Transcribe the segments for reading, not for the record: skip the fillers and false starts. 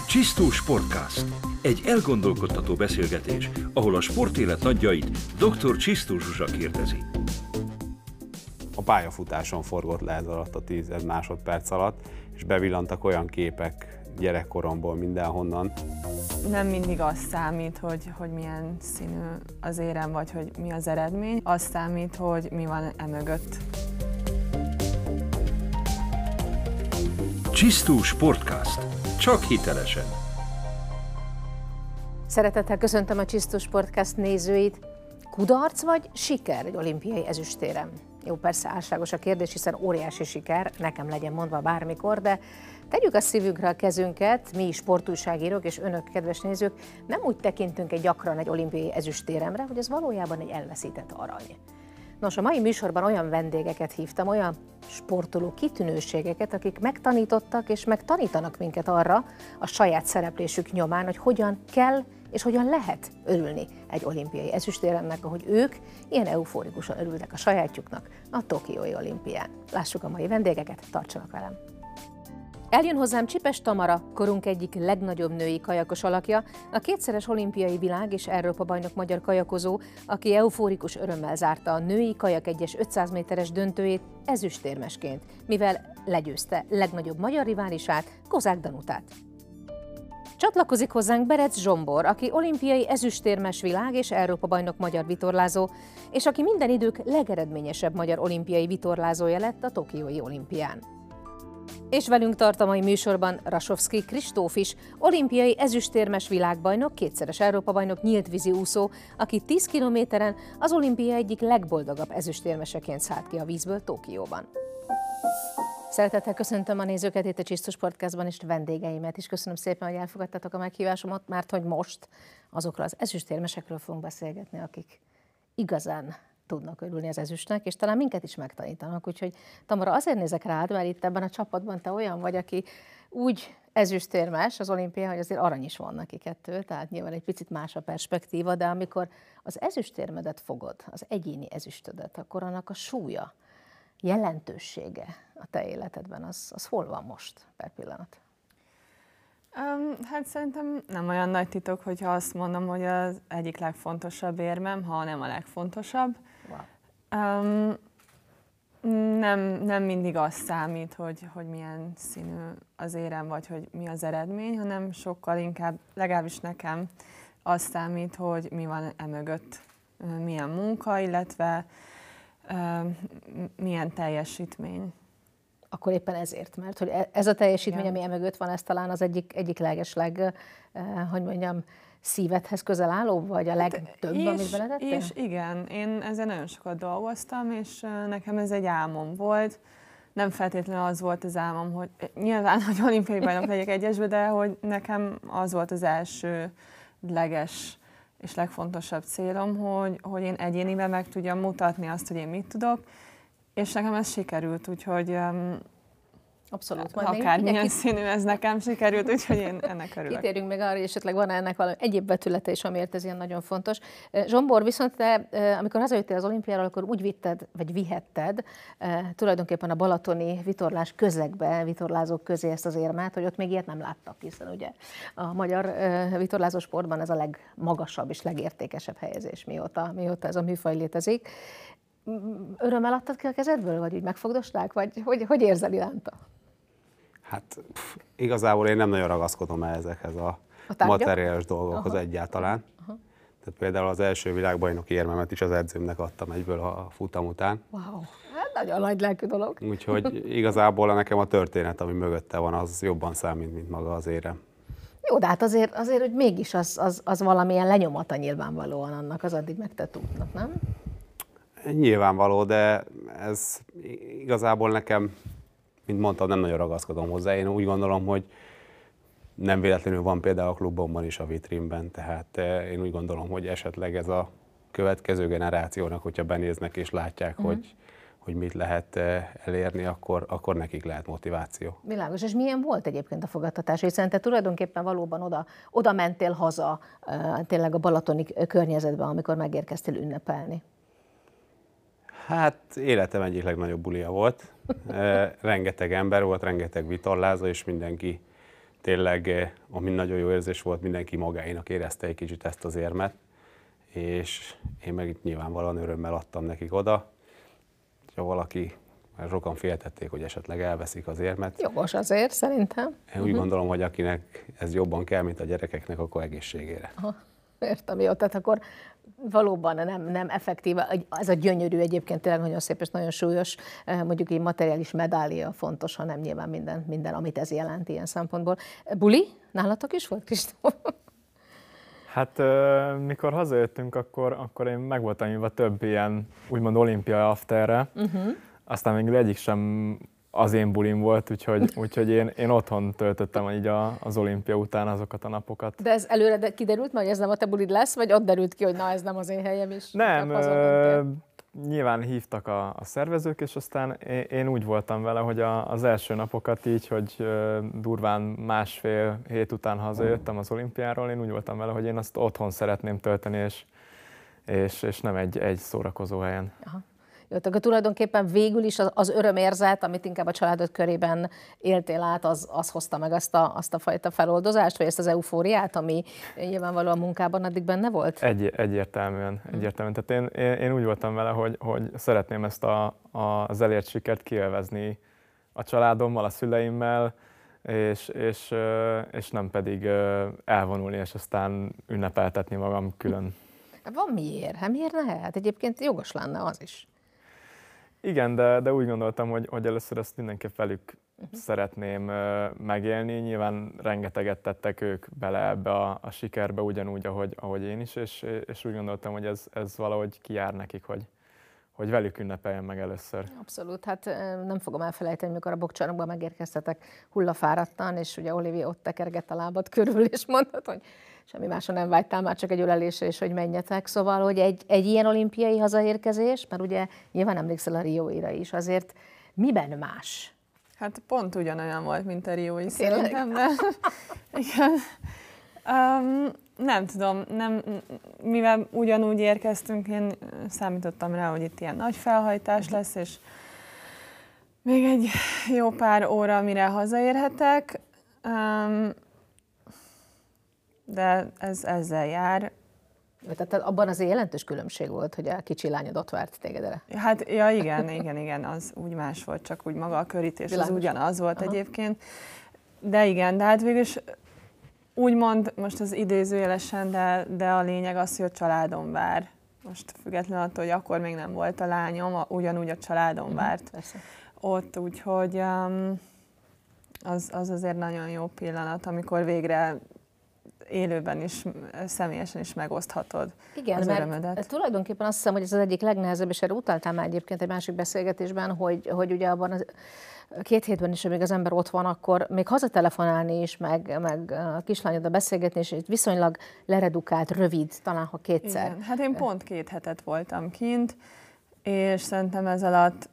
Csisztó Sportcast. Egy elgondolkodtató beszélgetés, ahol a sportélet nagyjait dr. Csisztó Zsuzsa kérdezi. A pályafutáson forgott le ez alatt a 10 másodperc alatt, és bevillantak olyan képek gyerekkoromból mindenhonnan. Nem mindig az számít, hogy milyen színű az érem, vagy hogy mi az eredmény. Az számít, hogy mi van emögött. Csisztó Sportcast. Csak hitelesen. Szeretettel köszöntöm a Csisztó Sportcast nézőit. Kudarc vagy siker egy olimpiai ezüstérem? Jó, persze álságos a kérdés, hiszen óriási siker, nekem legyen mondva bármikor, de tegyük a szívünkre a kezünket, mi sportújságírók és önök, kedves nézők, nem úgy tekintünk gyakran egy olimpiai ezüstéremre, hogy ez valójában egy elveszített arany. Nos, a mai műsorban olyan vendégeket hívtam, olyan sportoló kitűnőségeket, akik megtanítottak és megtanítanak minket arra a saját szereplésük nyomán, hogy hogyan kell és hogyan lehet örülni egy olimpiai ezüstéremnek, ahogy ők ilyen euforikusan örültek a sajátjuknak a Tokiói olimpián. Lássuk a mai vendégeket, tartsanak velem! Eljön hozzám Csipes Tamara, korunk egyik legnagyobb női kajakos alakja, a kétszeres olimpiai világ és Európa-bajnok magyar kajakozó, aki eufórikus örömmel zárta a női kajak 1-es 500 méteres döntőjét ezüstérmesként, mivel legyőzte legnagyobb magyar riválisát, Kozák Danutát. Csatlakozik hozzánk Berec Zsombor, aki olimpiai ezüstérmes világ és Európa-bajnok magyar vitorlázó, és aki minden idők legeredményesebb magyar olimpiai vitorlázója lett a Tokiói olimpián. És velünk tart a mai műsorban Rasovszky Kristóf is, olimpiai ezüstérmes világbajnok, kétszeres Európa-bajnok, nyíltvízi úszó, aki 10 kilométeren az olimpia egyik legboldogabb ezüstérmeseként szállt ki a vízből Tokióban. Szeretettel köszöntöm a nézőket itt a Csisztó Sportcastban, és vendégeimet is. Köszönöm szépen, hogy elfogadtatok a meghívásomat, mert hogy most azokról az ezüstérmesekről fogunk beszélgetni, akik igazán tudnak örülni az ezüstnek, és talán minket is megtanítanak. Úgyhogy Tamara, azért nézek rád, mert itt ebben a csapatban te olyan vagy, aki úgy ezüstérmes az olimpián, hogy azért arany is van neki 2, tehát nyilván egy picit más a perspektíva, de amikor az ezüstérmedet fogod, az egyéni ezüstödet, akkor annak a súlya, jelentősége a te életedben, az hol van most per pillanat? Hát szerintem nem olyan nagy titok, hogyha azt mondom, hogy az egyik legfontosabb érmem, ha nem a legfontosabb. Wow. Nem mindig az számít, hogy milyen színű az érem, vagy hogy mi az eredmény, hanem sokkal inkább, legalábbis nekem, az számít, hogy mi van emögött, milyen munka, illetve milyen teljesítmény. Akkor éppen ezért, mert hogy ez a teljesítmény, ami emögött van, ez talán az egyik legesleg, hogy mondjam, szívedhez közel álló, vagy a legtöbb, amit beletettél? És igen, én ezzel nagyon sokat dolgoztam, és nekem ez egy álmom volt. Nem feltétlenül az volt az álmom, hogy nyilván, hogy olimpiai bajnok legyek egyesbe, de hogy nekem az volt az első leges és legfontosabb célom, hogy én egyéniben meg tudjam mutatni azt, hogy én mit tudok, és nekem ez sikerült, úgyhogy abszolút. Akármilyen színű ez nekem sikerült, úgyhogy én ennek örülök. Kitérünk meg arra, hogy esetleg van ennek valami egyéb vetülete is, amiért ez ilyen nagyon fontos. Zsombor, viszont te, amikor hazajöttél az olimpiáról, akkor úgy vitted, vagy vihetted tulajdonképpen a balatoni vitorlás közegbe, vitorlázók közé ezt az érmet, hogy ott még ilyet nem láttak, hiszen ugye a magyar vitorlázó sportban ez a legmagasabb és legértékesebb helyezés, mióta ez a műfaj létezik. Örömmel adtad ki a kezedből, vagy úgy megfogdosták, vagy hogy érzel iránta? Hát igazából én nem nagyon ragaszkodom el ezekhez a materiális dolgokhoz egyáltalán. Tehát például az első világbajnoki érmemet is az edzőmnek adtam egyből a futam után. Wow, hát nagyon nagy lelkű dolog. Úgyhogy igazából nekem a történet, ami mögötte van, az jobban számít, mint maga az érem. Jó, de hát azért hogy mégis az valamilyen lenyomata nyilvánvalóan annak az addig megtett útnak, nem? Nyilvánvaló, de ez igazából nekem, mint mondtam, nem nagyon ragaszkodom hozzá. Én úgy gondolom, hogy nem véletlenül van például a klubomban is a vitrínben, tehát én úgy gondolom, hogy esetleg ez a következő generációnak, hogyha benéznek és látják, hogy mit lehet elérni, akkor nekik lehet motiváció. Világos. És milyen volt egyébként a fogadtatás? Hiszen te tulajdonképpen valóban oda mentél haza, tényleg a balatoni környezetben, amikor megérkeztél ünnepelni. Hát életem egyik legnagyobb bulia volt. Rengeteg ember volt, rengeteg vitorlázó, és mindenki tényleg, ami nagyon jó érzés volt, mindenki magáénak érezte egy kicsit ezt az érmet, és én meg nyilvánvalóan örömmel adtam nekik oda. Ha valaki, mert sokan féltették, hogy esetleg elveszik az érmet. Jogos azért, szerintem. Én úgy gondolom, hogy akinek ez jobban kell, mint a gyerekeknek, akkor egészségére. Aha, értem, jó, tehát akkor valóban nem effektív. Ez a gyönyörű egyébként tényleg nagyon szép és nagyon súlyos, mondjuk egy materiális medállia fontos, hanem nyilván minden, amit ez jelent ilyen szempontból. Buli? Nálatok is volt, Kristóf? Hát mikor hazajöttünk, akkor én meg voltam hívva több ilyen úgymond olimpia afterre, aztán végül egyik sem az én bulim volt, úgyhogy én otthon töltöttem így az olimpia után azokat a napokat. De ez előre kiderült, hogy ez nem a te bulid lesz, vagy ott derült ki, hogy na ez nem az én helyem is? Nem, nyilván hívtak a szervezők, és aztán én úgy voltam vele, hogy az első napokat így, hogy durván másfél hét után hazajöttem az olimpiáról, én úgy voltam vele, hogy én azt otthon szeretném tölteni, és nem egy szórakozó helyen. Aha. Jó, akkor tulajdonképpen végül is az örömérzet, amit inkább a családod körében éltél át, az hozta meg azt a fajta feloldozást, vagy ezt az eufóriát, ami nyilvánvalóan a munkában addig benne volt? Egyértelműen. Tehát én úgy voltam vele, hogy szeretném ezt az elért sikert kielvezni a családommal, a szüleimmel, és nem pedig elvonulni, és aztán ünnepeltetni magam külön. Van miért? Hát miért ne? Hát egyébként jogos lenne az is. Igen, de úgy gondoltam, hogy először ezt mindenképp velük szeretném megélni. Nyilván rengeteget tettek ők bele ebbe a sikerbe, ugyanúgy, ahogy én is, és úgy gondoltam, hogy ez valahogy kijár nekik, hogy velük ünnepeljen meg először. Abszolút, hát nem fogom elfelejteni, amikor a bokcsarnokban megérkeztetek hullafáradtan, és ugye Olivier ott tekergett a lábad körül, és mondtad, hogy semmi másra nem vágytál, már csak egy ölelésre, és hogy menjetek. Szóval, hogy egy ilyen olimpiai hazaérkezés, mert ugye nyilván emlékszel a Rióira is, azért miben más? Hát pont ugyanolyan volt, mint a Riói szerintem, de igen. Nem tudom, mivel ugyanúgy érkeztünk, én számítottam rá, hogy itt ilyen nagy felhajtás lesz, és még egy jó pár óra, mire hazaérhetek, de ez ezzel jár. Tehát abban azért jelentős különbség volt, hogy a kicsi lányod ott várt téged. Hát, ja, igen, az úgy más volt, csak úgy maga a körítés, az ugyanaz volt egyébként. De igen, de hát végülis úgymond, most az idézőjelesen, de a lényeg az, hogy a családom vár. Most függetlenül attól, hogy akkor még nem volt a lányom, ugyanúgy a családom várt ott, úgyhogy az azért nagyon jó pillanat, amikor végre élőben is, személyesen is megoszthatod az örömödet. Igen, tulajdonképpen azt hiszem, hogy ez az egyik legnehezebb, és erre utaltál már egyébként egy másik beszélgetésben, hogy ugye abban az 2 hétben is, amíg az ember ott van, akkor még hazatelefonálni is, meg a kislányoddal beszélgetni, és viszonylag leredukált, rövid, talán ha kétszer. Igen, hát én pont 2 hetet voltam kint, és szerintem ez alatt,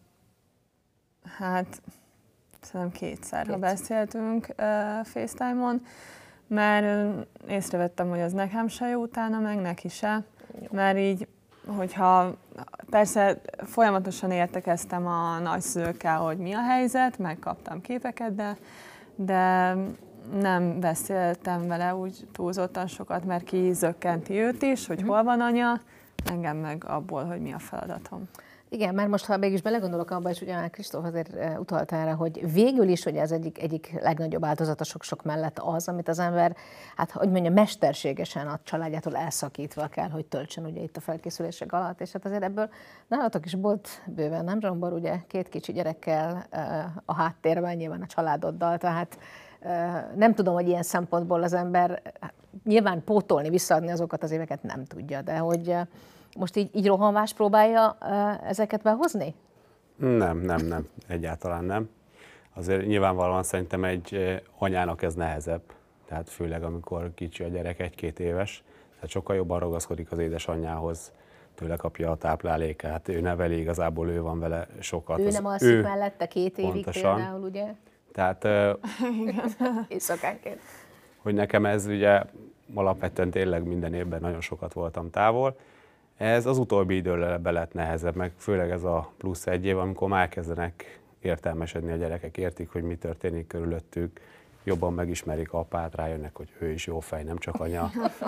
hát szerintem 2-szer, ha beszéltünk FaceTime-on, mert észrevettem, hogy az nekem se jó, utána meg neki se, mert így, hogyha persze folyamatosan értekeztem a nagyszülőkkel, hogy mi a helyzet, megkaptam képeket, de nem beszéltem vele úgy túlzottan sokat, mert kizökkenti őt is, hogy hol van anya, engem meg abból, hogy mi a feladatom. Igen, mert most, ha mégis belegondolok abba, és ugye Kristóf azért utalt erre, hogy végül is ugye az egyik legnagyobb áldozata sok-sok mellett az, amit az ember, hát hogy mondjam, mesterségesen a családjától elszakítva kell, hogy töltsön ugye itt a felkészülések alatt, és hát azért ebből nálatok is volt bőven, nem Zsombor, ugye 2 kicsi gyerekkel a háttérben, nyilván a családoddal, tehát nem tudom, hogy ilyen szempontból az ember nyilván pótolni, visszaadni azokat az éveket nem tudja, de hogy most így rohanvás próbálja ezeket behozni? Nem, egyáltalán nem. Azért nyilvánvalóan szerintem egy anyának ez nehezebb, tehát főleg amikor kicsi a gyerek, 1-2 éves, tehát sokkal jobban ragaszkodik az édesanyjához, tőle kapja a táplálékát, ő neveli, igazából ő van vele sokat. Ő nem alszik mellette 2 évig pontosan. Például, ugye? Tehát, éjszakánként. Hogy nekem ez ugye alapvetően tényleg minden évben nagyon sokat voltam távol. Ez az utóbbi időben lett nehezebb, meg főleg ez a +1 év, amikor már kezdenek értelmesedni a gyerekek, értik, hogy mi történik körülöttük, jobban megismerik apát, rájönnek, hogy ő is jó fej, nem csak anya.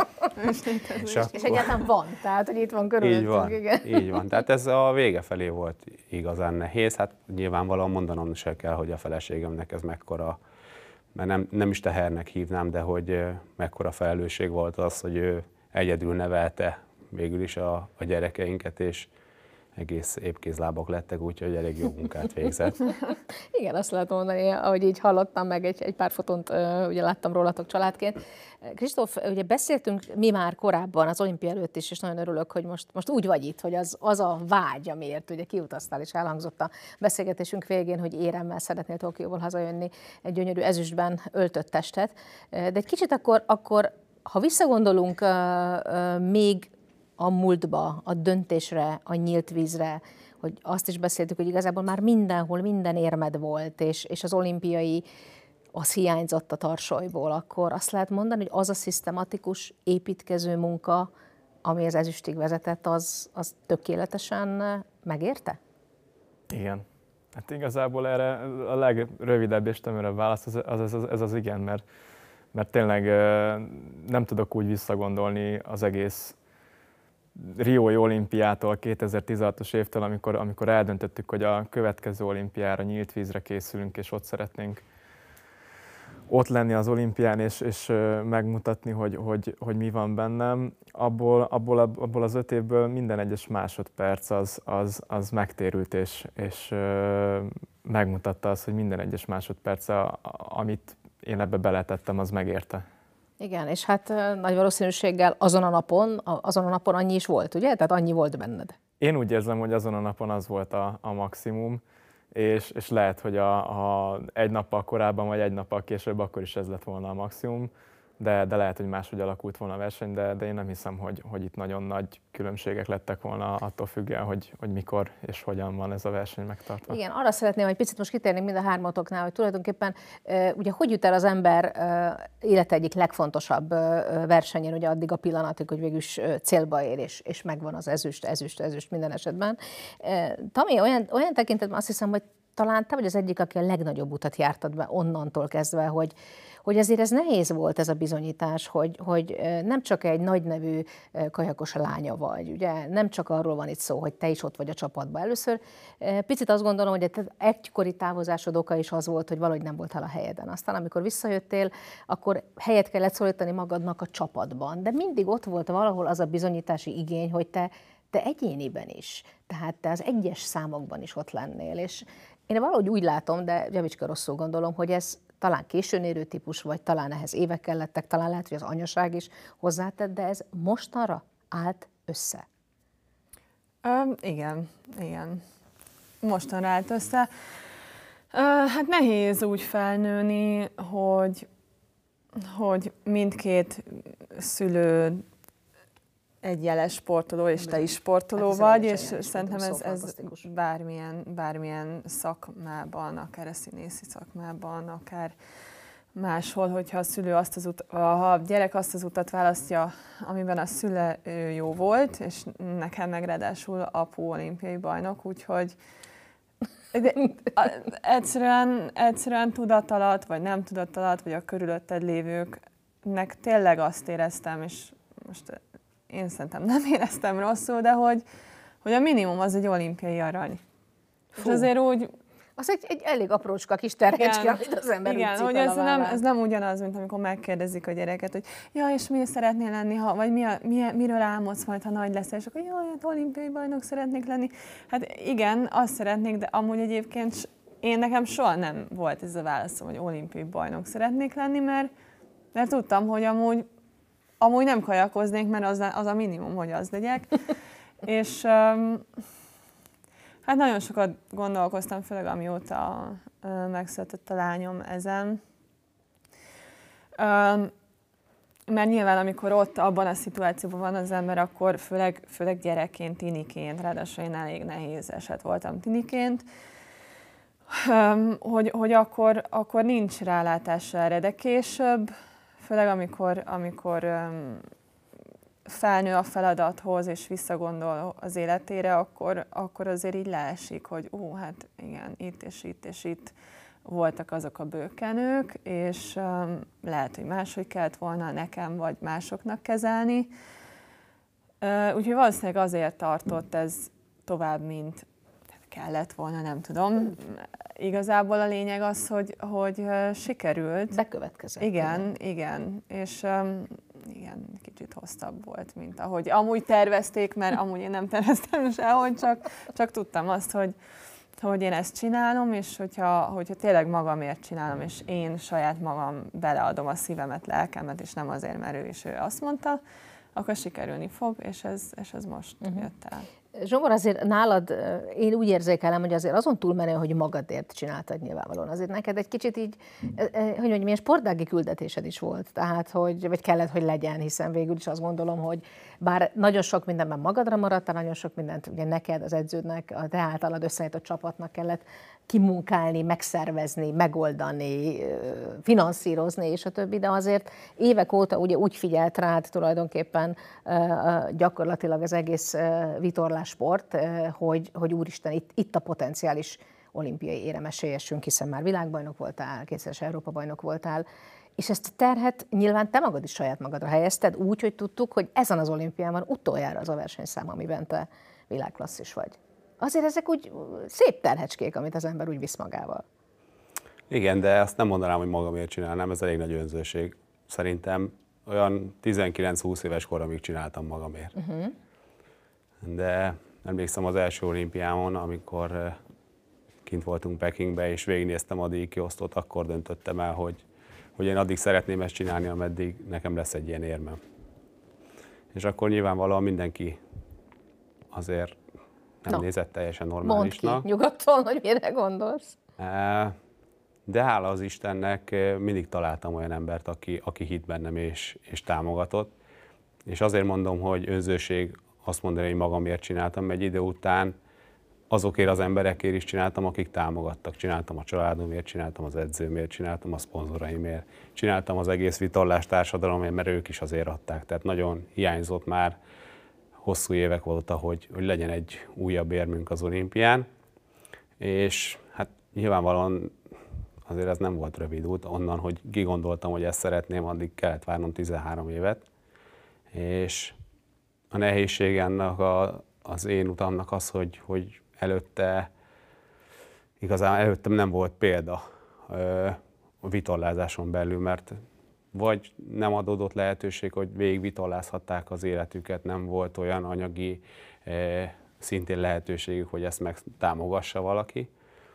És egyáltalán van, tehát hogy itt van körülöttünk. Így van, igen. így van. Tehát ez a vége felé volt igazán nehéz. Hát nyilvánvalóan mondanom se kell, hogy a feleségemnek ez mekkora, mert nem is tehernek hívnám, de hogy mekkora felelősség volt az, hogy ő egyedül nevelte végül is a gyerekeinket, és egész épkézlábak lettek, úgyhogy elég jó munkát végzett. Igen, azt lehet mondani, ahogy így hallottam, meg egy pár fotont ugye láttam rólatok családként. Kristóf, ugye beszéltünk mi már korábban az olimpia előtt is, és nagyon örülök, hogy most úgy vagy itt, hogy az a vágy, amiért ugye kiutaztál, és elhangzott a beszélgetésünk végén, hogy éremmel szeretnél Tokióból hazajönni egy gyönyörű ezüstben öltött testet. De egy kicsit akkor ha visszagondolunk még a múltba, a döntésre, a nyílt vízre, hogy azt is beszéltük, hogy igazából már mindenhol minden érmed volt, és az olimpiai az hiányzott a tarsolyból, akkor azt lehet mondani, hogy az a szisztematikus építkező munka, ami az ezüstig vezetett, az tökéletesen megérte? Igen. Hát igazából erre a legrövidebb és tömörebb válasz ez az igen, mert tényleg nem tudok úgy visszagondolni az egész Riói olimpiától, 2016-os évtől, amikor eldöntöttük, hogy a következő olimpiára nyílt vízre készülünk, és ott szeretnénk ott lenni az olimpián, és megmutatni, hogy mi van bennem. Abból az 5 évből minden egyes másodperc az megtérült, és megmutatta azt, hogy minden egyes másodperc, amit én ebbe beletettem, az megérte. Igen, és hát nagy valószínűséggel azon a napon annyi is volt, ugye? Tehát annyi volt benned. Én úgy érzem, hogy azon a napon az volt a maximum, és lehet, hogy ha egy nappal korábban, vagy egy nappal később, akkor is ez lett volna a maximum, de lehet, hogy máshogy alakult volna a verseny, de én nem hiszem, hogy itt nagyon nagy különbségek lettek volna attól függően, hogy mikor és hogyan van ez a verseny megtartva. Igen, arra szeretném, hogy picit most kitérnénk mind a hármatoknál, hogy tulajdonképpen ugye hogy jut el az ember élete egyik legfontosabb versenyen, ugye addig a pillanatig, hogy végül is célba ér, és megvan az ezüst minden esetben. Tami, olyan tekintetben azt hiszem, hogy talán te vagy az egyik, aki a legnagyobb utat jártad be onnantól kezdve, hogy azért ez nehéz volt ez a bizonyítás, hogy nem csak egy nagynevű kajakos lánya vagy, ugye nem csak arról van itt szó, hogy te is ott vagy a csapatban. Először picit azt gondolom, hogy egy egykori távozásod oka is az volt, hogy valahogy nem voltál a helyeden. Aztán amikor visszajöttél, akkor helyet kellett szólítani magadnak a csapatban, de mindig ott volt valahol az a bizonyítási igény, hogy te egyéniben is, tehát te az egyes számokban is ott lennél, és én valahogy úgy látom, de javicska rosszul gondolom, hogy ez talán későn érő típus, vagy talán ehhez évek kellettek, talán lehet, hogy az anyaság is hozzátett, de ez mostanra állt össze. Igen. Mostanra állt össze. Hát nehéz úgy felnőni, hogy mindkét szülő egy jeles sportoló, és te is sportoló vagy, és szerintem ez bármilyen szakmában, akár a színészi szakmában, akár máshol, hogyha ha a gyerek azt az utat választja, amiben a szülő jó volt, és nekem meg ráadásul apu olimpiai bajnok, úgyhogy egyszerűen tudatalat, vagy nem tudatalat, vagy a körülötted lévőknek tényleg azt éreztem, és most én szerintem nem éreztem rosszul, de hogy a minimum az egy olimpiai arany. És azért úgy... Az egy elég aprócska kis terhecske, amit az ember igen, úgy cipel hogy ez a nem ugyanaz, mint amikor megkérdezik a gyereket, hogy ja, és mi szeretnél lenni, vagy miről álmodsz majd, ha nagy leszel, és akkor jaj, hát olimpiai bajnok szeretnék lenni. Hát igen, azt szeretnék, de amúgy egyébként nekem soha nem volt ez a válaszom, hogy olimpiai bajnok szeretnék lenni, mert tudtam, hogy amúgy nem kajakoznék, mert az a minimum, hogy az legyek. És hát nagyon sokat gondolkoztam, főleg amióta megszületett a lányom ezen. Mert nyilván, amikor ott abban a szituációban van az ember, akkor főleg gyerekként, tiniként, ráadásul én elég nehéz eset voltam tiniként, hogy akkor nincs rálátása erre, de később, főleg amikor felnő a feladathoz és visszagondol az életére, akkor azért így leesik, hogy hát igen, itt és itt és itt voltak azok a bőkenők, és lehet, hogy máshogy kellett volna nekem vagy másoknak kezelni. Úgyhogy valószínűleg azért tartott ez tovább, mint kellett volna, nem tudom. Igazából a lényeg az, hogy sikerült. Bekövetkezett. Igen. És igen, kicsit hosszabb volt, mint ahogy amúgy tervezték, mert amúgy én nem terveztem sehogy, csak tudtam azt, hogy én ezt csinálom, és hogyha tényleg magamért csinálom, és én saját magam beleadom a szívemet, lelkemet, és nem azért, mert ő is azt mondta, akkor sikerülni fog, és ez most jött el. Zsomor, azért nálad, én úgy érzékelem, hogy azért azon túlmenő, hogy magadért csináltad nyilvánvalóan. Azért neked egy kicsit így, hogy mondjam, milyen sportági küldetésed is volt. Tehát, vagy kellett, hogy legyen, hiszen végül is azt gondolom, hogy bár nagyon sok mindenben magadra maradtál, nagyon sok mindent ugye neked, az edződnek, a te általad összeállított csapatnak kellett kimunkálni, megszervezni, megoldani, finanszírozni, és a többi, de azért évek óta ugye úgy figyelt rád tulajdonképpen gyakorlatilag az egész vitorlásport, hogy úristen, itt a potenciális olimpiai éremesélyesünk, hiszen már világbajnok voltál, kétszeres Európa-bajnok voltál, és ezt a terhet nyilván te magad is saját magadra helyezted, úgy, hogy tudtuk, hogy ezen az olimpián van utoljára az a versenyszám, amiben te világklasszis vagy. Azért ezek úgy szép terhecskék, amit az ember úgy visz magával. Igen, de azt nem mondanám, hogy magamért csinálnám, ez elég nagy önzőség. Szerintem olyan 19-20 éves koromig csináltam magamért. De emlékszem az első olimpiámon, amikor kint voltunk Pekingbe, és végignéztem a díjkiosztót, akkor döntöttem el, hogy én addig szeretném ezt csinálni, ameddig nekem lesz egy ilyen érmem. És akkor nyilvánvalóan mindenki azért nem nézett teljesen normálisnak. Mondd ki, nyugodtan, hogy mire gondolsz. De hála az Istennek mindig találtam olyan embert, aki hitt bennem és támogatott. És azért mondom, hogy önzőség azt mondani, hogy magamért csináltam, egy idő után azokért az emberekért is csináltam, akik támogattak. Csináltam a családomért, csináltam az edzőmért, csináltam a szponzoraimért, csináltam az egész vitorlás társadalomért, mert ők is azért adták. Tehát nagyon hiányzott már hosszú évek óta, hogy legyen egy újabb érmünk az olimpián. És hát nyilvánvalóan azért ez nem volt rövid út, onnan, hogy kigondoltam, hogy ezt szeretném, addig kellett várnom 13 évet. És a nehézség ennek az én utamnak az, hogy előttem nem volt példa a vitorlázáson belül, mert vagy nem adódott lehetőség, hogy végig vitorlázhatták az életüket, nem volt olyan anyagi szintén lehetőségük, hogy ezt megtámogassa valaki,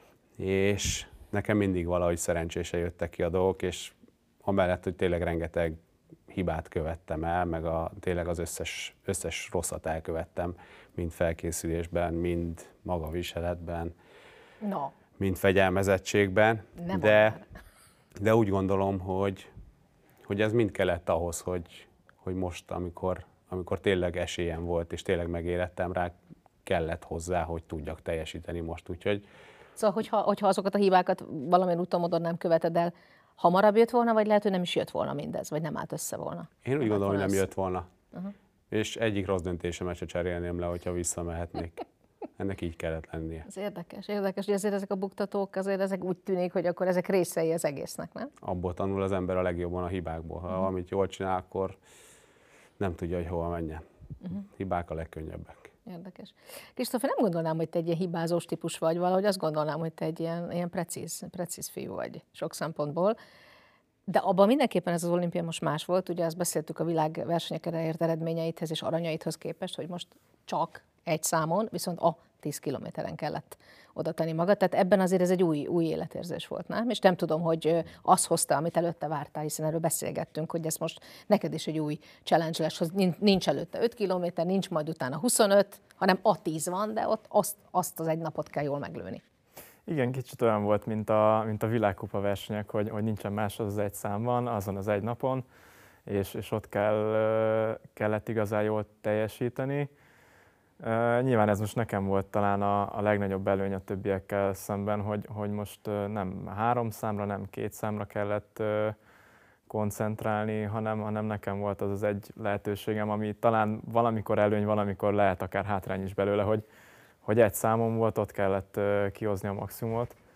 és nekem mindig valahogy szerencsésen jöttek ki a dolgok, és amellett, hogy tényleg rengeteg hibát követtem el, meg tényleg az összes rosszat elkövettem, mind felkészülésben, mind magaviseletben, mind fegyelmezettségben, de úgy gondolom, hogy ez mind kellett ahhoz, hogy most, amikor tényleg esélyem volt, és tényleg megérettem rá, kellett hozzá, hogy tudjak teljesíteni most, úgyhogy... Szóval, hogyha azokat a hibákat valamilyen úton, módon nem követed el, hamarabb jött volna, vagy lehet, hogy nem is jött volna mindez, vagy nem állt össze volna? Én úgy gondolom, hogy nem jött volna. És egyik rossz döntésemet se cserélném le, hogyha visszamehetnék. Ennek így kellett lennie. Ez érdekes, hogy azért ezek a buktatók, azért ezek úgy tűnik, hogy akkor ezek részei az egésznek, nem? Abból tanul az ember a legjobban a hibákból. Ha valamit jól csinál, akkor nem tudja, hogy hova menjen. Hibák a legkönnyebbek. Érdekes. Kristóf, én nem gondolnám, hogy te egy ilyen hibázós típus vagy, valahogy azt gondolnám, hogy te egy ilyen precíz fiú vagy sok szempontból. De abban mindenképpen ez az olimpia most más volt, ugye azt beszéltük a világversenyeken ért eredményeidhez és aranyaidhoz képest, hogy most csak egy számon, viszont a 10 kilométeren kellett oda tenni magad. Tehát ebben azért ez egy új életérzés volt, nem? És nem tudom, hogy azt hozta, amit előtte vártál, hiszen erről beszélgettünk, hogy ez most neked is egy új challenge lesz, hogy nincs előtte 5 kilométer, nincs majd utána 25, hanem a 10 van, de ott azt az egy napot kell jól meglőni. Igen, kicsit olyan volt, mint a világkupa versenyek, hogy nincsen más az egy számban, azon az egy napon, és ott kellett igazán jól teljesíteni. Nyilván ez most nekem volt talán a legnagyobb előny a többiekkel szemben, hogy most nem 3 számra, nem 2 számra kellett koncentrálni, hanem nekem volt az egy lehetőségem, ami talán valamikor előny, valamikor lehet akár hátrány is belőle, hogy egy számom volt, ott kellett kihozni a maximumot.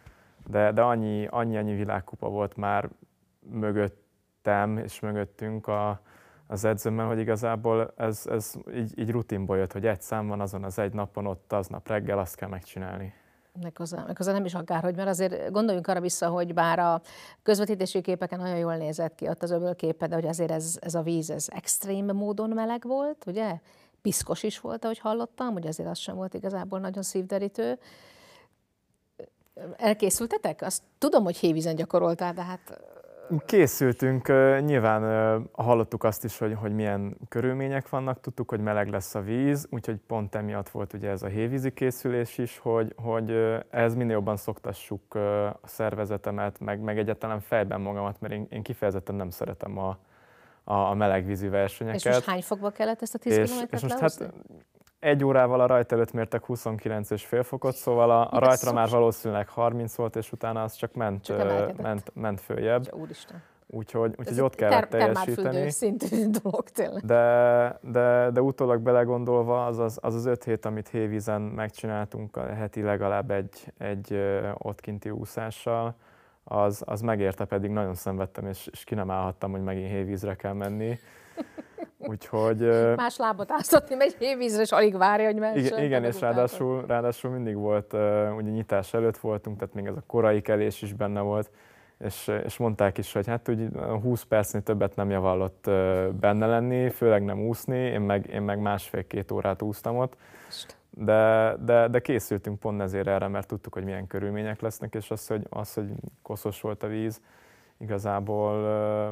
de annyi világkupa volt már mögöttem és mögöttünk az edzőmmel, hogy igazából ez így rutinból jött, hogy egy szám van azon az egy napon, ott aznap reggel azt kell megcsinálni. Méghozzá nem is akárhogy, mert azért gondoljunk arra vissza, hogy bár a közvetítési képeken nagyon jól nézett ki ott az öbölképe, de hogy azért ez a víz, ez extrém módon meleg volt, ugye? Piszkos is volt, ahogy hallottam, hogy azért az sem volt igazából nagyon szívderítő. Elkészültetek? Azt tudom, hogy hévízen gyakoroltál, de hát... Készültünk, nyilván hallottuk azt is, hogy milyen körülmények vannak, tudtuk, hogy meleg lesz a víz, úgyhogy pont emiatt volt ugye ez a hévízi készülés is, hogy ehhez minél jobban szoktassuk a szervezetemet, meg egyáltalán fejben magamat, mert én kifejezetten nem szeretem a melegvízi versenyeket. És most hány fokba kellett ezt a 10 kilométert most lehozni? hát 1 órával a rajt előtt mértek 29,5 fokot, szóval a rajtra már valószínűleg 30 volt, és utána az csak ment följebb. Úristen. Úgyhogy ott kellett teljesíteni. Szintű dolog tényleg. De utólag belegondolva az 5 hét, amit hévízen megcsináltunk heti legalább egy ott kinti úszással, az megérte, pedig nagyon szenvedtem, és ki nem állhattam, hogy megint hévízre kell menni. Úgyhogy... Más lábat áztatni, megy hévízre, és alig várja, hogy mehessen. Igen, és ráadásul mindig volt, ugye nyitás előtt voltunk, tehát még ez a korai kelés is benne volt, és mondták is, hogy hát úgy 20 percnél többet nem javallott benne lenni, főleg nem úszni, én meg 1,5-2 órát úsztam ott. De készültünk pont ezért erre, mert tudtuk, hogy milyen körülmények lesznek, és hogy koszos volt a víz, igazából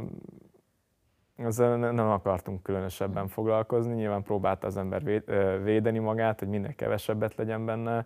ezzel nem akartunk különösebben foglalkozni. Nyilván próbálta az ember védeni magát, hogy minél kevesebbet legyen benne,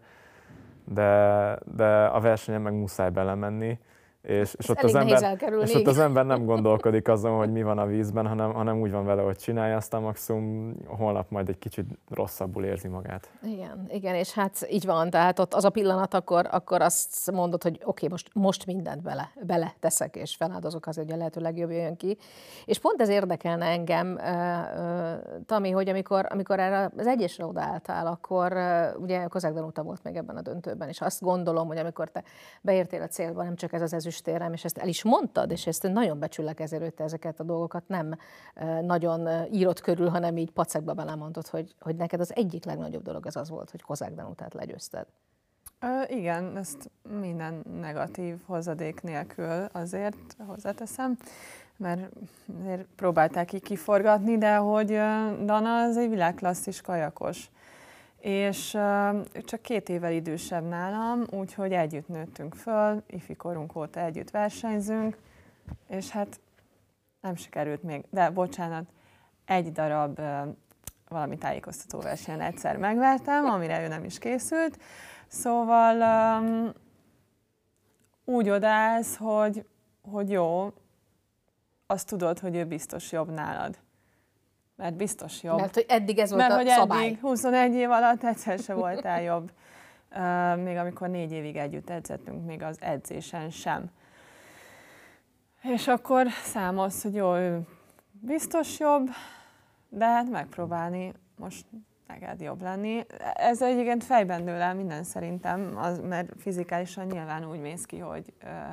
de a versenyen meg muszáj belemenni. És ott az ember nem gondolkodik azon, hogy mi van a vízben, hanem úgy van vele, hogy csinálja, aztán maximum holnap majd egy kicsit rosszabbul érzi magát. Igen, és hát így van, tehát ott az a pillanat, akkor azt mondod, hogy oké, most mindent bele teszek, és feláldozok azért, hogy a lehető legjobb jöjjön ki. És pont ez érdekelne engem, Tami, hogy amikor erre az egyesre odaálltál, akkor ugye Kozák Danuta volt még ebben a döntőben, és azt gondolom, hogy amikor te beértél a célba, nem csak ez az ezüstérem, és ezt el is mondtad, és ezt nagyon becsüllek ezért, hogy te ezeket a dolgokat nem nagyon írott körül, hanem így pacekba belemondod, hogy neked az egyik legnagyobb dolog az volt, hogy Kozák Danutát legyőzted. Igen, ezt minden negatív hozadék nélkül azért hozzáteszem, mert próbálták így kiforgatni, de hogy Dana az egy világklasszis kajakos. És csak 2 évvel idősebb nálam, úgyhogy együtt nőttünk föl, ifi korunk óta együtt versenyzünk, és hát nem sikerült még, de bocsánat, egy darab valami tájékoztató versenyen egyszer megvertem, amire ő nem is készült. Szóval úgy odaállsz, hogy jó, azt tudod, hogy ő biztos jobb nálad. Mert biztos jobb. Mert hogy eddig ez volt a szabály. Eddig 21 év alatt egyszer se voltál jobb. Még amikor 4 évig együtt edzettünk, még az edzésen sem. És akkor számolsz, hogy jó, ő biztos jobb, de hát megpróbálni most neked jobb lenni. Ez egyébként fejben dől el minden szerintem, mert fizikálisan nyilván úgy mész ki, hogy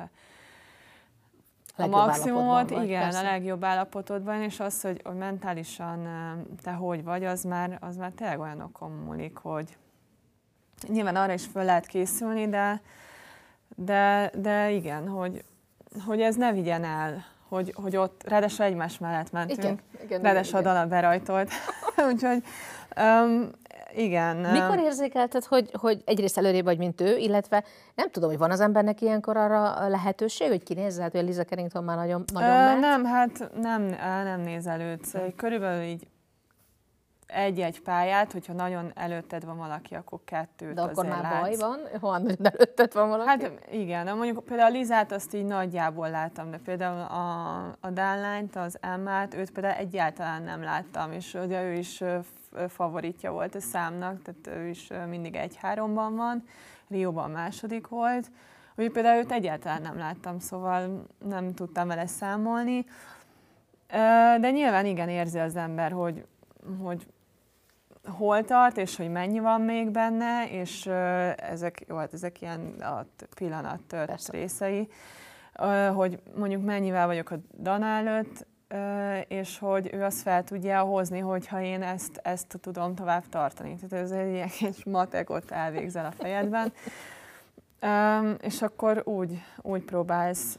a maximumot, igen, persze. A legjobb állapotodban, és az, hogy mentálisan te hogy vagy, az már tényleg olyanokon múlik, hogy nyilván arra is föl lehet készülni, de igen, hogy ez ne vigyen el, hogy ott ráadásul egymás mellett mentünk, ráadásul a Dana berajtolt, úgyhogy igen. Mikor érzékelted, hogy egyrészt előrébb vagy, mint ő, illetve nem tudom, hogy van az embernek ilyenkor arra lehetőség, hogy kinézze, hát, hogy a Lisa Carrington már nagyon ment? Nem, hát nem néz előtt. Körülbelül így egy-egy pályát, hogyha nagyon előtted van valaki, akkor 2-t de akkor már látsz. baj van, ha előtted van valaki? Hát igen, mondjuk például a Lizát azt így nagyjából láttam, de például a Dánlányt, az Emmát, őt például egyáltalán nem láttam, és ugye ő is favoritja volt a számnak, tehát ő is mindig 1-3-ban van, Rióban második volt, úgy például őt egyáltalán nem láttam, szóval nem tudtam vele számolni, de nyilván igen érzi az ember, hogy hol tart, és hogy mennyi van még benne, és ezek ilyen a pillanattört részei, hogy mondjuk mennyivel vagyok a Dan előtt, és hogy ő azt fel tudja hozni, hogyha én ezt tudom tovább tartani. Tehát ez egy ilyen kis matekot elvégzel a fejedben. És akkor úgy próbálsz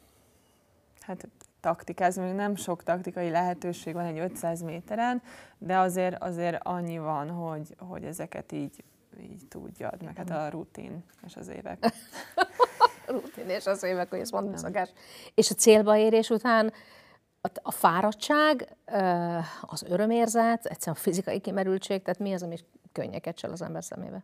taktikázni, még nem sok taktikai lehetőség van egy 500 méteren, de azért annyi van, hogy ezeket így tudjad, meg hát a rutin és az évek. A rutin és az évek, hogy ezt mondom, Szakás. És a célba érés után a fáradtság, az örömérzet, egyszerűen a fizikai kimerültség, tehát mi az, ami könnyeket csel az ember szemébe?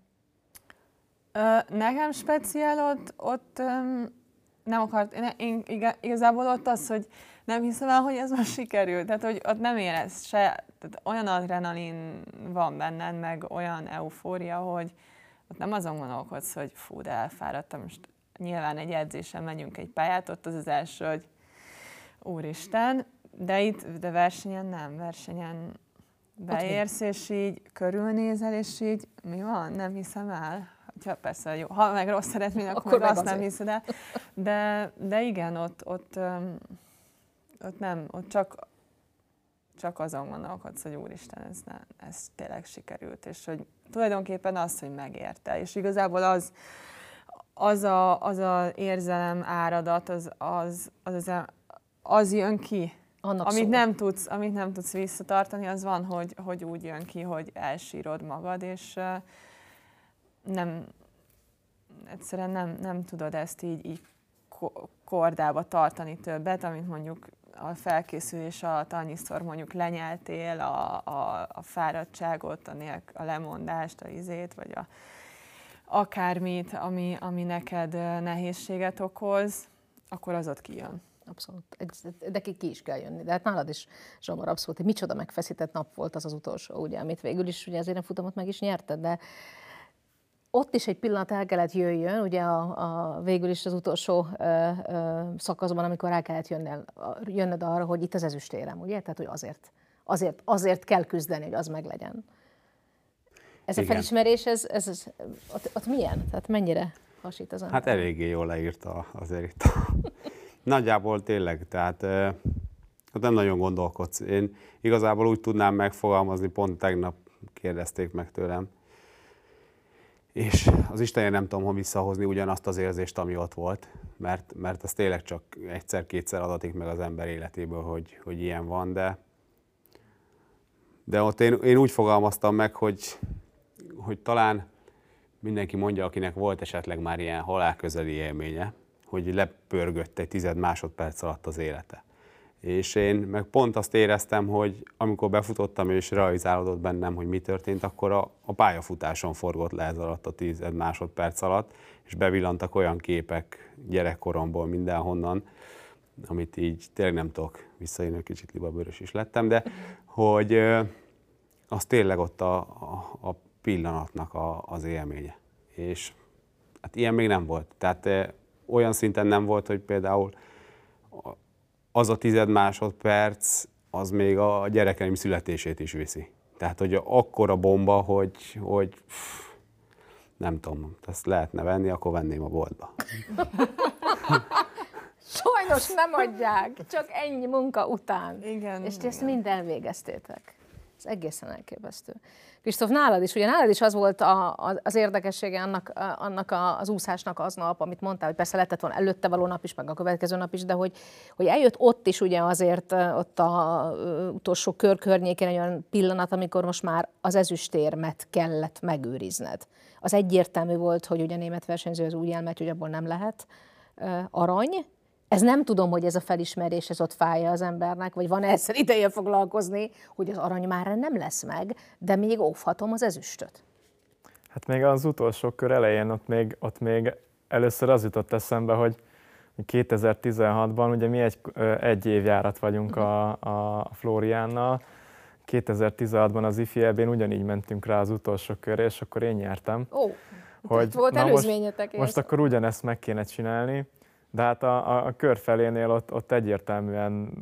Nekem speciál ott nem akart, igazából ott az, hogy nem hiszem el, hogy ez most sikerült, tehát hogy ott nem érez se, tehát olyan adrenalin van benned, meg olyan eufória, hogy ott nem azon gondolkodsz, hogy fú, de elfáradtam, most nyilván egy edzésen megyünk egy pályát, ott az első, hogy úristen, de versenyen nem, versenyen beérsz, és így körülnézel, és így mi van? Nem hiszem el. Ja, persze, jó. Ha meg rossz eredmény, akkor meg azt nem hiszed el. De igen, ott nem, ott csak azon gondolkodsz, hogy úristen, ez tényleg sikerült, és hogy tulajdonképpen az, hogy megérte. És igazából az a érzelem áradat, az jön ki. Amit nem tudsz visszatartani, az van, hogy úgy jön ki, hogy elsírod magad, és egyszerűen nem tudod ezt így kordába tartani többet, amit mondjuk a felkészülés alatt annyiszor mondjuk lenyeltél a fáradtságot, a lemondást, a izét, vagy akármit, ami neked nehézséget okoz, akkor az ott kijön. Abszolút. De ki is kell jönni. De hát nálad is, Zsomor, abszolút, hogy micsoda megfeszített nap volt az utolsó, ugye, amit végül is, ugye azért a futamot meg is nyerted, de ott is egy pillanat el kellett jöjjön, ugye végül is az utolsó szakaszban, amikor el kellett jönnöd arra, hogy itt az ezüstérem, ugye? Tehát, hogy azért kell küzdeni, hogy az meglegyen. Ez igen. A felismerés, ez ott milyen? Tehát mennyire hasít az ember? Hát eléggé jól leírta azért itt. Nagyjából tényleg, tehát nem nagyon gondolkodsz. Én igazából úgy tudnám megfogalmazni, pont tegnap kérdezték meg tőlem, és az Istenért nem tudom, hogy visszahozni ugyanazt az érzést, ami ott volt, mert ez tényleg csak egyszer-kétszer adatik meg az ember életéből, hogy ilyen van, de ott én úgy fogalmaztam meg, hogy talán mindenki mondja, akinek volt esetleg már ilyen halálközeli élménye, hogy lepörgött egy 10 másodperc alatt az élete. És én meg pont azt éreztem, hogy amikor befutottam és realizálódott bennem, hogy mi történt, akkor a pályafutáson forgott le ez alatt a 10 másodperc alatt, és bevillantak olyan képek gyerekkoromból mindenhonnan, amit így tényleg nem tudok visszajönni, kicsit libabőrös is lettem, de hogy az tényleg ott a pillanatnak az élménye. És hát ilyen még nem volt. Tehát olyan szinten nem volt, hogy például az a 10 másodperc, az még a gyerekeim születését is viszi. Tehát, hogy akkora bomba, hogy nem tudom, ezt lehetne venni, akkor venném a boltba. Sajnos nem adják, csak ennyi munka után. Igen, és ti ezt mind elvégeztétek. Ez egészen elképesztő. Kristóf, nálad is az volt az érdekessége annak az úszásnak aznap, amit mondtál, hogy persze lehetett volna előtte való nap is, meg a következő nap is, de hogy eljött ott is ugye azért ott az utolsó kör környékén egy olyan pillanat, amikor most már az ezüstérmet kellett megőrizned. Az egyértelmű volt, hogy ugye a német versenyző az úgy elmegy, hogy abból nem lehet arany. Ez nem tudom, hogy ez a felismerés, ez ott fájja az embernek, vagy van ezzel ideje foglalkozni, hogy az arany már nem lesz meg, de még óvhatom az ezüstöt. Hát még az utolsó kör elején ott még először az jutott eszembe, hogy 2016-ban, ugye mi egy évjárat vagyunk a Flóriánnal, 2016-ban az IFI EB-n ugyanígy mentünk rá az utolsó körre, és akkor én nyertem. Hogy volt előzményetek. Most akkor ugyanezt meg kéne csinálni. De hát a kör felénél ott egyértelműen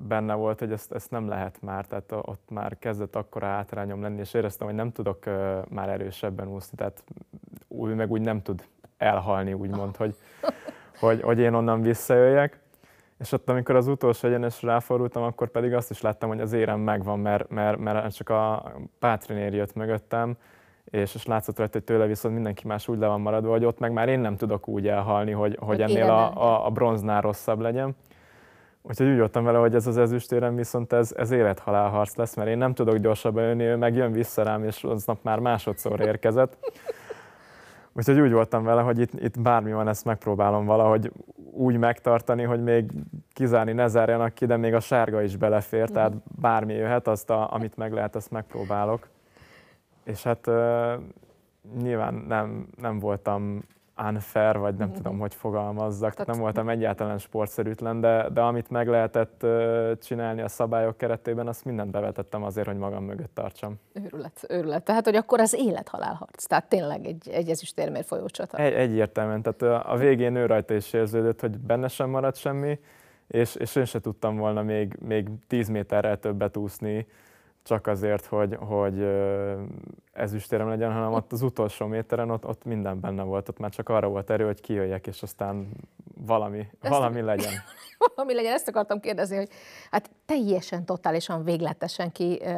benne volt, hogy ezt nem lehet már, tehát ott már kezdett akkora hátrányom lenni, és éreztem, hogy nem tudok már erősebben úszni, tehát úgy nem tud elhalni, úgymond, hogy én onnan visszajöjjek. És ott, amikor az utolsó egyenesre ráfordultam, akkor pedig azt is láttam, hogy az érem megvan, mert csak a Pátrinér jött mögöttem, és látszott rajta, hogy tőle viszont mindenki más úgy le van maradva, hogy ott meg már én nem tudok úgy elhalni, hogy ennél a bronznál rosszabb legyen. Úgyhogy úgy voltam vele, hogy ez az ezüstérem viszont ez élet-halál harc lesz, mert én nem tudok gyorsabban jönni, ő meg jön vissza rám, és aznap már másodszor érkezett. Úgyhogy úgy voltam vele, hogy itt bármi van, ezt megpróbálom valahogy úgy megtartani, hogy még kizárni ne zárjanak ki, de még a sárga is belefér, tehát bármi jöhet, amit meg lehet, azt megpróbálok. És hát nyilván nem voltam unfair, vagy nem tudom, hogy fogalmazzak, tehát nem voltam egyáltalán sportszerűtlen, de amit meg lehetett csinálni a szabályok keretében, azt mindent bevetettem azért, hogy magam mögött tartsam. Őrület. Tehát, hogy akkor az élet-halál harc, tehát tényleg egy ezüstérmért folyó csata. Egyértelműen, tehát a végén ő rajta is érződött, hogy benne sem maradt semmi, és én se tudtam volna még 10 méterrel többet úszni, csak azért, hogy ezüstérem legyen, hanem ott az utolsó méteren ott minden benne volt, ott már csak arra volt erő, hogy kijöjjek, és aztán valami legyen. Valami legyen, ezt akartam kérdezni, hogy hát teljesen, totálisan, végletesen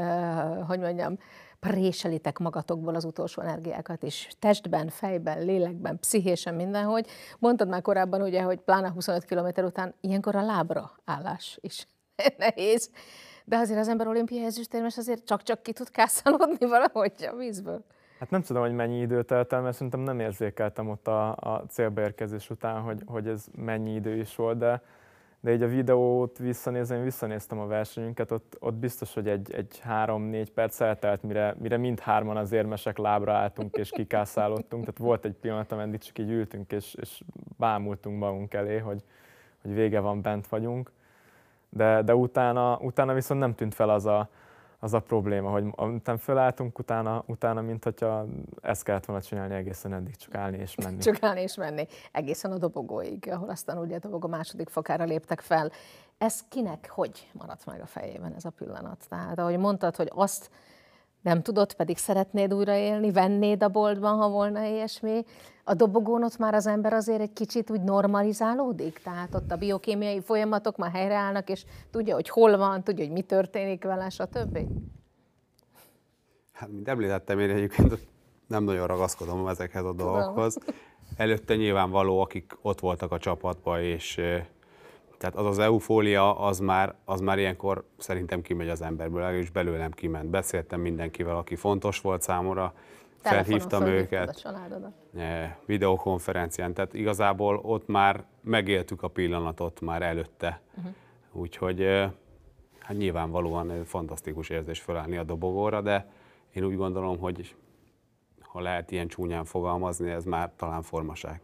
préselitek magatokból az utolsó energiákat is. Testben, fejben, lélekben, pszichésen, mindenhogy. Mondtad már korábban, ugye, hogy pláne 25 km után ilyenkor a lábra állás is nehéz. De azért az ember olimpiai ezüstérmes azért csak ki tud kászálódni valahogy a vízből. Hát nem tudom, hogy mennyi idő telt el, mert szerintem nem érzékeltem ott a célba érkezés után, hogy ez mennyi idő is volt, de így a videót visszanéztem a versenyünket, ott biztos, hogy egy 3-4 perc eltelt, mire mindhárman az érmesek lábra álltunk és kikászálódtunk. Tehát volt egy pillanat, ameddig csak így ültünk és bámultunk magunk elé, hogy vége van, bent vagyunk. De utána viszont nem tűnt fel az a probléma, hogy utána fölálltunk, utána mint hogyha ezt kellett volna csinálni egészen eddig, csak állni és menni. Csak állni és menni. Egészen a dobogóig, ahol aztán ugye a dobogó második fokára léptek fel. Ez kinek hogy maradt meg a fejében ez a pillanat? Tehát ahogy mondtad, hogy azt nem tudod, pedig szeretnéd újraélni, vennéd a boltban, ha volna ilyesmi. A dobogón ott már az ember azért egy kicsit úgy normalizálódik? Tehát ott a biokémiai folyamatok már helyreállnak, és tudja, hogy hol van, tudja, hogy mi történik vele, stb. Hát, mint említettem, én egyébként nem nagyon ragaszkodom ezekhez a dolgokhoz. Előtte nyilvánvaló, akik ott voltak a csapatban, és tehát az eufória, az már ilyenkor szerintem kimegy az emberből, és belőlem kiment. Beszéltem mindenkivel, aki fontos volt számomra, felhívtam őket videokonferencián, tehát igazából ott már megéltük a pillanatot már előtte. Úgyhogy hát nyilvánvalóan fantasztikus érzés felállni a dobogóra, de én úgy gondolom, hogy ha lehet ilyen csúnyán fogalmazni, ez már talán formaság.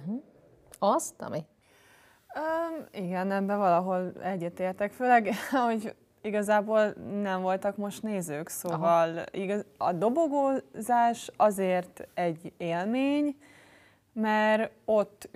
Azt, ami? Igen, ebben valahol egyetértek, főleg, hogy igazából nem voltak most nézők, szóval a dobogózás azért egy élmény, mert ott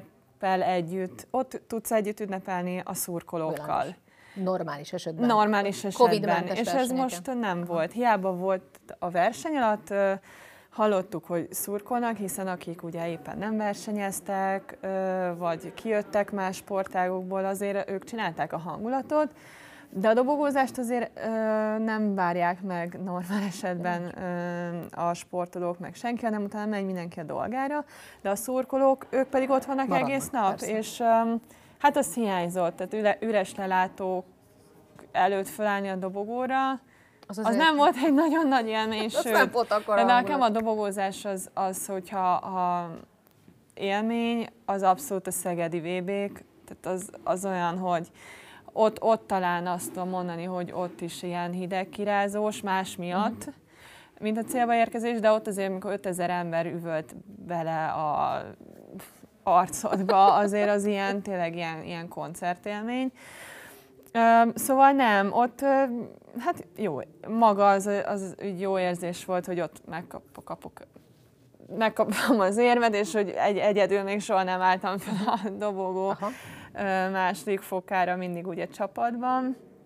ott tudsz együtt ünnepelni a szurkolókkal. Normális esetben. Normális esetben, és ez most nem volt. Hiába volt a verseny alatt, hallottuk, hogy szurkolnak, hiszen akik ugye éppen nem versenyeztek, vagy kijöttek más sportágokból, azért ők csinálták a hangulatot, de a dobogózást azért nem várják meg normál esetben a sportolók, meg senki, hanem utána megy mindenki a dolgára, de a szurkolók, ők pedig ott vannak maradnak, egész nap, persze. És hát az hiányzott, tehát üres lelátók előtt felállni a dobogóra, az nem volt egy nagyon nagy élmény, sőt, de nekem a dobogózás az hogyha élmény, az abszolút a szegedi VB-k, tehát az olyan, hogy ott talán azt tudom mondani, hogy ott is ilyen hidegkirázós, más miatt, mint a célba érkezés, de ott azért, amikor 5000 ember üvölt bele a arcodba, azért az tényleg ilyen koncertélmény. Szóval nem, ott hát jó, maga az jó érzés volt, hogy ott megkapom az érmet, és hogy egyedül még soha nem álltam fel a dobogó második fokára, mindig ugye csapatban.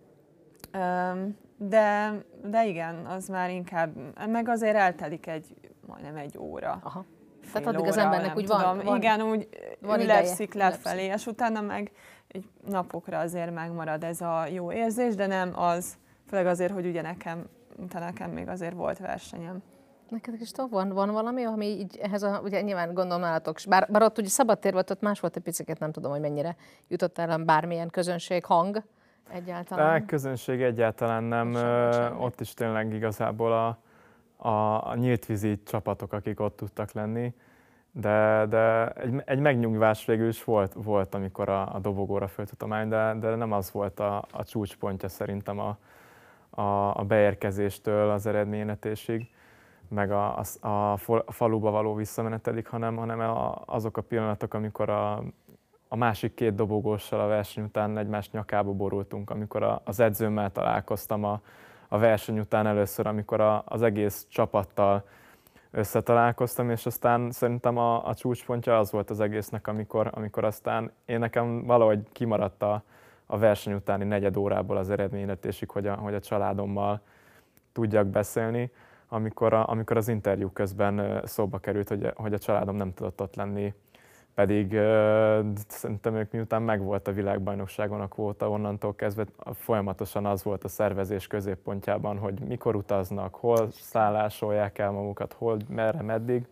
De igen, az már inkább, meg azért eltelik majdnem egy óra. Aha. Tehát addig az embernek úgy van. Igen, úgy van ülepszik lefelé, és utána meg egy napokra azért megmarad ez a jó érzés, de nem az, főleg azért, hogy ugye nekem még azért volt versenyem. Neked is van valami, ami így ehhez ugye nyilván gondolom nálatok, bár ott ugye szabadtér volt, ott más volt egy picit, nem tudom, hogy mennyire jutott el bármilyen közönség, hang egyáltalán? Közönség egyáltalán nem, ott is tényleg igazából a nyíltvízi csapatok, akik ott tudtak lenni, de egy megnyugvás végül is volt amikor a dobogóra föl tudtam állni, de nem az volt a csúcspontja szerintem a beérkezéstől az eredményetésig, meg a faluba való visszamenetelig, hanem azok a pillanatok, amikor a másik két dobogóssal a verseny után egymás nyakába borultunk, amikor az edzőmmel találkoztam a verseny után először, amikor az egész csapattal összetalálkoztam, és aztán szerintem a csúcspontja az volt az egésznek, amikor aztán nekem valahogy kimaradt a verseny utáni negyed órából az eredményetésig, hogy a családommal tudjak beszélni, amikor az interjú közben szóba került, hogy a családom nem tudott ott lenni, pedig szerintem ők miután megvolt a világbajnokságon a kvóta, onnantól kezdve folyamatosan az volt a szervezés középpontjában, hogy mikor utaznak, hol szállásolják el magukat, hol, merre, meddig,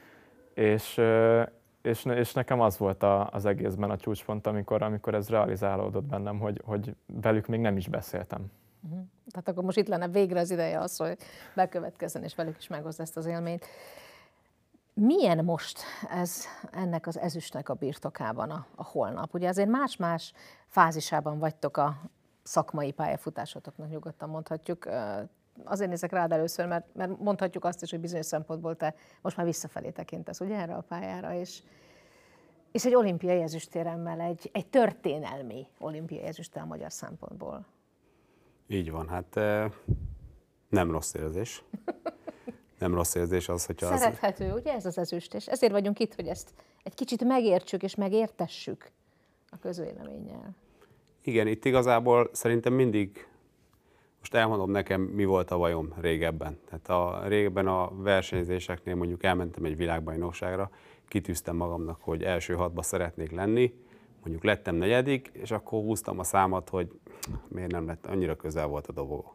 és nekem az volt az egészben a csúcspont, amikor ez realizálódott bennem, hogy velük még nem is beszéltem. Tehát akkor most itt lenne végre az ideje az, hogy bekövetkezzen, és velük is meghozza ezt az élményt. Milyen most ennek az ezüstnek a birtokában a holnap? Ugye azért más-más fázisában vagytok a szakmai pályafutásotoknak, nyugodtan mondhatjuk. Azért nézek rád először, mert mondhatjuk azt is, hogy bizonyos szempontból te most már visszafelé tekintesz, ugye, erre a pályára, és egy olimpiai ezüstéremmel, egy történelmi olimpiai ezüsttel magyar szempontból. Így van, hát nem rossz érzés. Nem rossz érzés az, hogyha... Szerethető, ugye ez az ezüst, és ezért vagyunk itt, hogy ezt egy kicsit megértsük és megértessük a közvéleménnyel. Igen, itt igazából szerintem mindig, most elmondom nekem, mi volt a bajom régebben. Tehát régebben a versenyzéseknél mondjuk elmentem egy világbajnokságra, kitűztem magamnak, hogy első 6-ba szeretnék lenni, mondjuk lettem 4., és akkor húztam a számat, hogy miért nem lett, annyira közel volt a dobogó.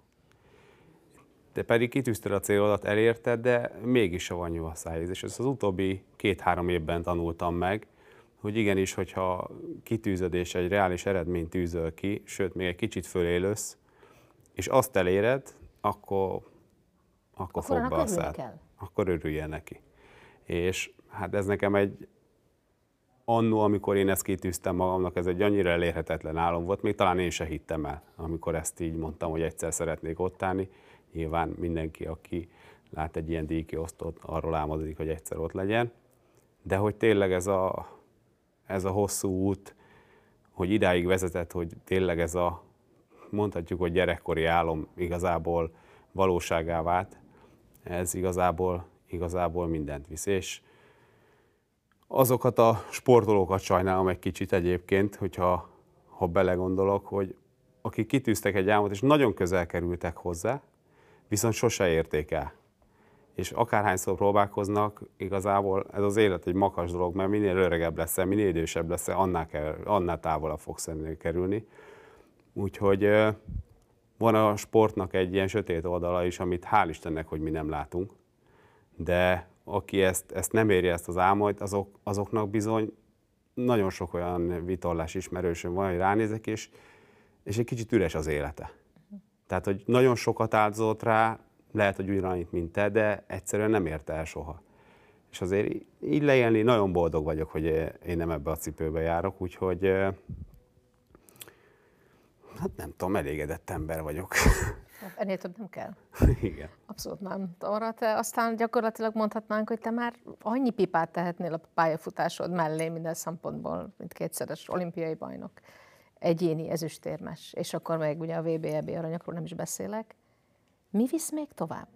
De pedig kitűzted a célodat, elérted, de mégis savanyú a szájíz. És ezt az utóbbi 2-3 évben tanultam meg, hogy igenis, hogyha kitűzöd és egy reális eredményt tűzöl ki, sőt, még egy kicsit fölélősz, és azt eléred, akkor fog be a szád. Akkor örüljél neki. És hát ez nekem annó, amikor én ezt kitűztem magamnak, ez egy annyira elérhetetlen álom volt, még talán én se hittem el, amikor ezt így mondtam, hogy egyszer szeretnék ott állni. Nyilván mindenki, aki lát egy ilyen díjkiosztót, arról álmodik, hogy egyszer ott legyen. De hogy tényleg ez a hosszú út, hogy idáig vezetett, hogy tényleg mondhatjuk, hogy gyerekkori álom igazából valóságá vált, ez igazából mindent visz. És azokat a sportolókat sajnálom egy kicsit egyébként, hogyha belegondolok, hogy akik kitűztek egy álmot, és nagyon közel kerültek hozzá, viszont sose érték el. És akárhányszor próbálkoznak, igazából ez az élet egy makacs dolog, mert minél öregebb leszel, minél idősebb leszel, annál távolabb fogsz kerülni. Úgyhogy van a sportnak egy ilyen sötét oldala is, amit hál' Istennek, hogy mi nem látunk. De aki ezt nem éri, ezt az álmot, azoknak bizony nagyon sok olyan vitorlás ismerősöm van, hogy ránézek, és egy kicsit üres az élete. Tehát, hogy nagyon sokat áldozott rá, lehet, hogy ugyanannyit, mint te, de egyszerűen nem érte el soha. És azért így leélni, nagyon boldog vagyok, hogy én nem ebbe a cipőbe járok, úgyhogy hát nem tudom, elégedett ember vagyok. Ennél több nem kell. Igen. Abszolút nem. Arra te aztán gyakorlatilag mondhatnánk, hogy te már annyi pipát tehetnél a pályafutásod mellé minden szempontból, mint 2-szeres olimpiai bajnok, egyéni ezüstérmes, és akkor még ugye a VB-EB aranyokról nem is beszélek. Mi visz még tovább?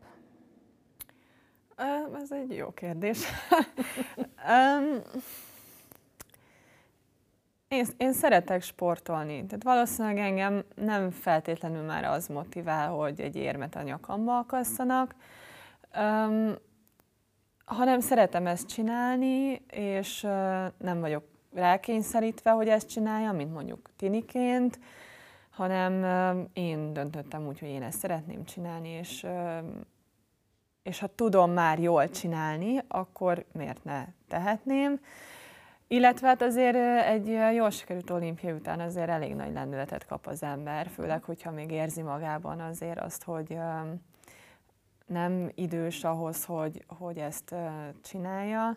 Ez egy jó kérdés. Én szeretek sportolni, tehát valószínűleg engem nem feltétlenül már az motivál, hogy egy érmet a nyakamba akasszanak, hanem szeretem ezt csinálni, és nem vagyok rákényszerítve, hogy ezt csináljam, mint mondjuk tiniként, hanem én döntöttem úgy, hogy én ezt szeretném csinálni, és ha tudom már jól csinálni, akkor miért ne tehetném. Illetve hát azért egy jól sikerült olimpia után azért elég nagy lendületet kap az ember, főleg, hogyha még érzi magában azért azt, hogy nem idős ahhoz, hogy ezt csinálja.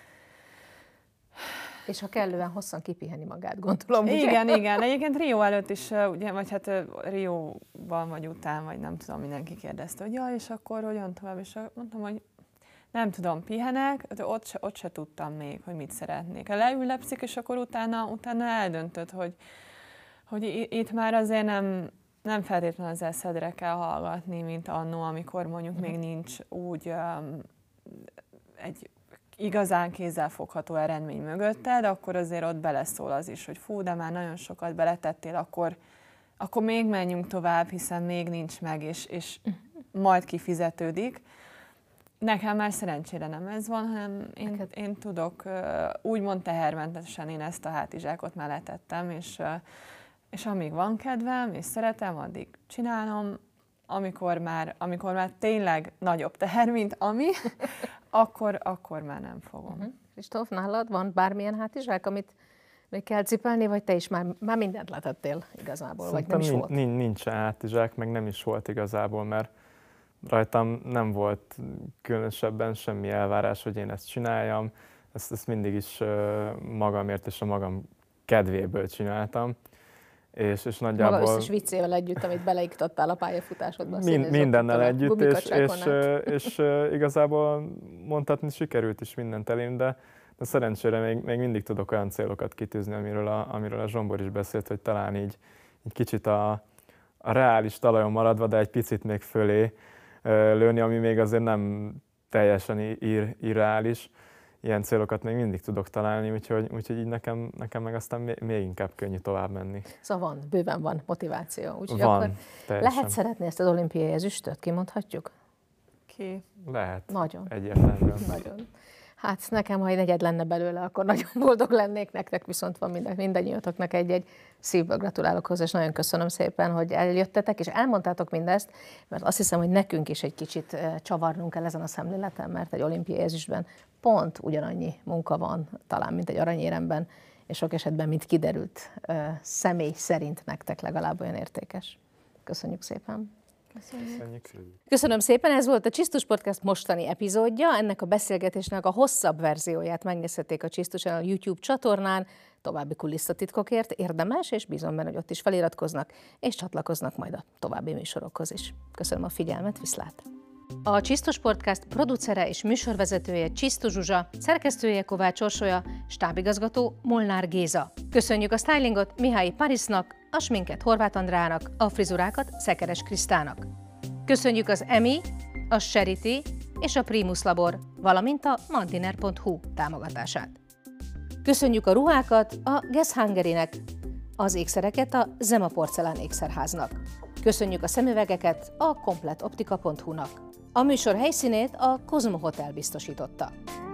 És ha kellően hosszan kipiheni magát, gondolom, ugye? Igen. Egyébként Rio előtt is, ugye, vagy hát Rióban vagy után, vagy nem tudom, mindenki kérdezte, hogy ja, és akkor hogyan tovább, és mondtam, hogy nem tudom, pihenek, de ott se tudtam még, hogy mit szeretnék. Leülepszik, és akkor utána eldöntöd, hogy itt már azért nem feltétlenül az eszedre kell hallgatni, mint annó, amikor mondjuk még nincs úgy egy igazán kézzelfogható eredmény mögötted, akkor azért ott beleszól az is, hogy fú, de már nagyon sokat beletettél, akkor még menjünk tovább, hiszen még nincs meg, és majd kifizetődik. Nekem már szerencsére nem ez van, hanem én tudok úgymond tehermentesen én ezt a hátizsákot már letettem, és amíg van kedvem, és szeretem, addig csinálom, amikor már tényleg nagyobb teher, mint ami, akkor már nem fogom. Kristóf, nálad van bármilyen hátizsák, amit még kell cipelni, vagy te is már mindent letettél igazából, vagy nem is volt? Nincs hátizsák, meg nem is volt igazából, mert rajtam nem volt különösebben semmi elvárás, hogy én ezt csináljam. Ezt mindig is magamért és a magam kedvéből csináltam. És nagyjából... Maga összes viccével együtt, amit beleiktattál a pályafutásodban. Mindennel együtt, és igazából mondhatni sikerült is mindent elérni, de szerencsére még mindig tudok olyan célokat kitűzni, amiről a Zsombor is beszélt, hogy talán így kicsit a reális talajon maradva, de egy picit még fölé lőni, ami még azért nem teljesen irreális. Ilyen célokat még mindig tudok találni, úgyhogy így nekem meg aztán még inkább könnyű tovább menni. Szóval bőven van motiváció. Úgyhogy van, akkor teljesen. Lehet szeretni ezt az olimpiai ezüstöt, kimondhatjuk? Ki? Lehet. Nagyon. Egyértelműen. Nagyon. Hát nekem, ha egy negyed lenne belőle, akkor nagyon boldog lennék, nektek viszont van mindannyiatoknak egy szívből gratulálok hozzá, és nagyon köszönöm szépen, hogy eljöttetek, és elmondtátok mindezt, mert azt hiszem, hogy nekünk is egy kicsit csavarnunk kell ezen a szemléleten, mert egy olimpiai ezüstben pont ugyanannyi munka van, talán, mint egy aranyéremben, és sok esetben, mint kiderült, személy szerint nektek legalább olyan értékes. Köszönjük szépen! Köszönöm szépen, ez volt a Csisztus Podcast mostani epizódja. Ennek a beszélgetésnek a hosszabb verzióját megnézhették a Csisztus Channel YouTube csatornán. További kulisszatitkokért érdemes, és bízom benne, hogy ott is feliratkoznak, és csatlakoznak majd a további műsorokhoz is. Köszönöm a figyelmet, viszlát! A Csisztus Podcast producere és műsorvezetője Csisztus Zsuzsa, szerkesztője Kovács Orsolya, stábigazgató Molnár Géza. Köszönjük a stylingot Mihály Parisnak, a sminket Horváth Andrának, a frizurákat Szekeres Krisztának. Köszönjük az EMI, a Charity és a Primus Labor, valamint a Mantiner.hu támogatását. Köszönjük a ruhákat a Guess Hungary-nek, az ékszereket a Zema Porcelán ékszerháznak. Köszönjük a szemüvegeket a kompletoptika.hu-nak. A műsor helyszínét a Cosmo Hotel biztosította.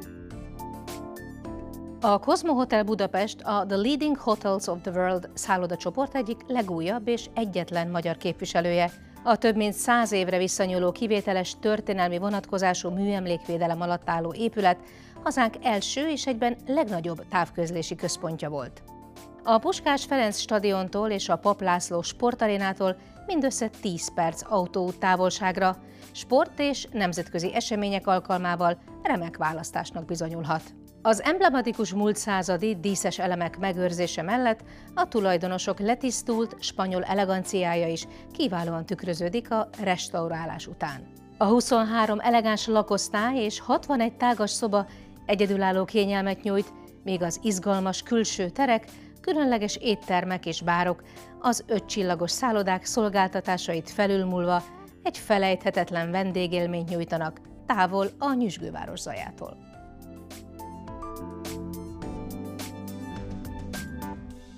A Cosmo Hotel Budapest a The Leading Hotels of the World szállodacsoport egyik legújabb és egyetlen magyar képviselője. A több mint 100 évre visszanyúló kivételes történelmi vonatkozású műemlékvédelem alatt álló épület hazánk első és egyben legnagyobb távközlési központja volt. A Puskás Ferenc stadiontól és a Papp László sportarénától mindössze 10 perc autóút távolságra, sport és nemzetközi események alkalmával remek választásnak bizonyulhat. Az emblematikus múlt századi díszes elemek megőrzése mellett a tulajdonosok letisztult spanyol eleganciája is kiválóan tükröződik a restaurálás után. A 23 elegáns lakosztály és 61 tágas szoba egyedülálló kényelmet nyújt, míg az izgalmas külső terek, különleges éttermek és bárok az 5 csillagos szállodák szolgáltatásait felülmúlva egy felejthetetlen vendégélményt nyújtanak távol a nyüzsgőváros zajától.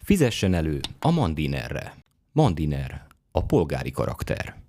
Fizessen elő a Mandinerre. Mandiner, a polgári karakter.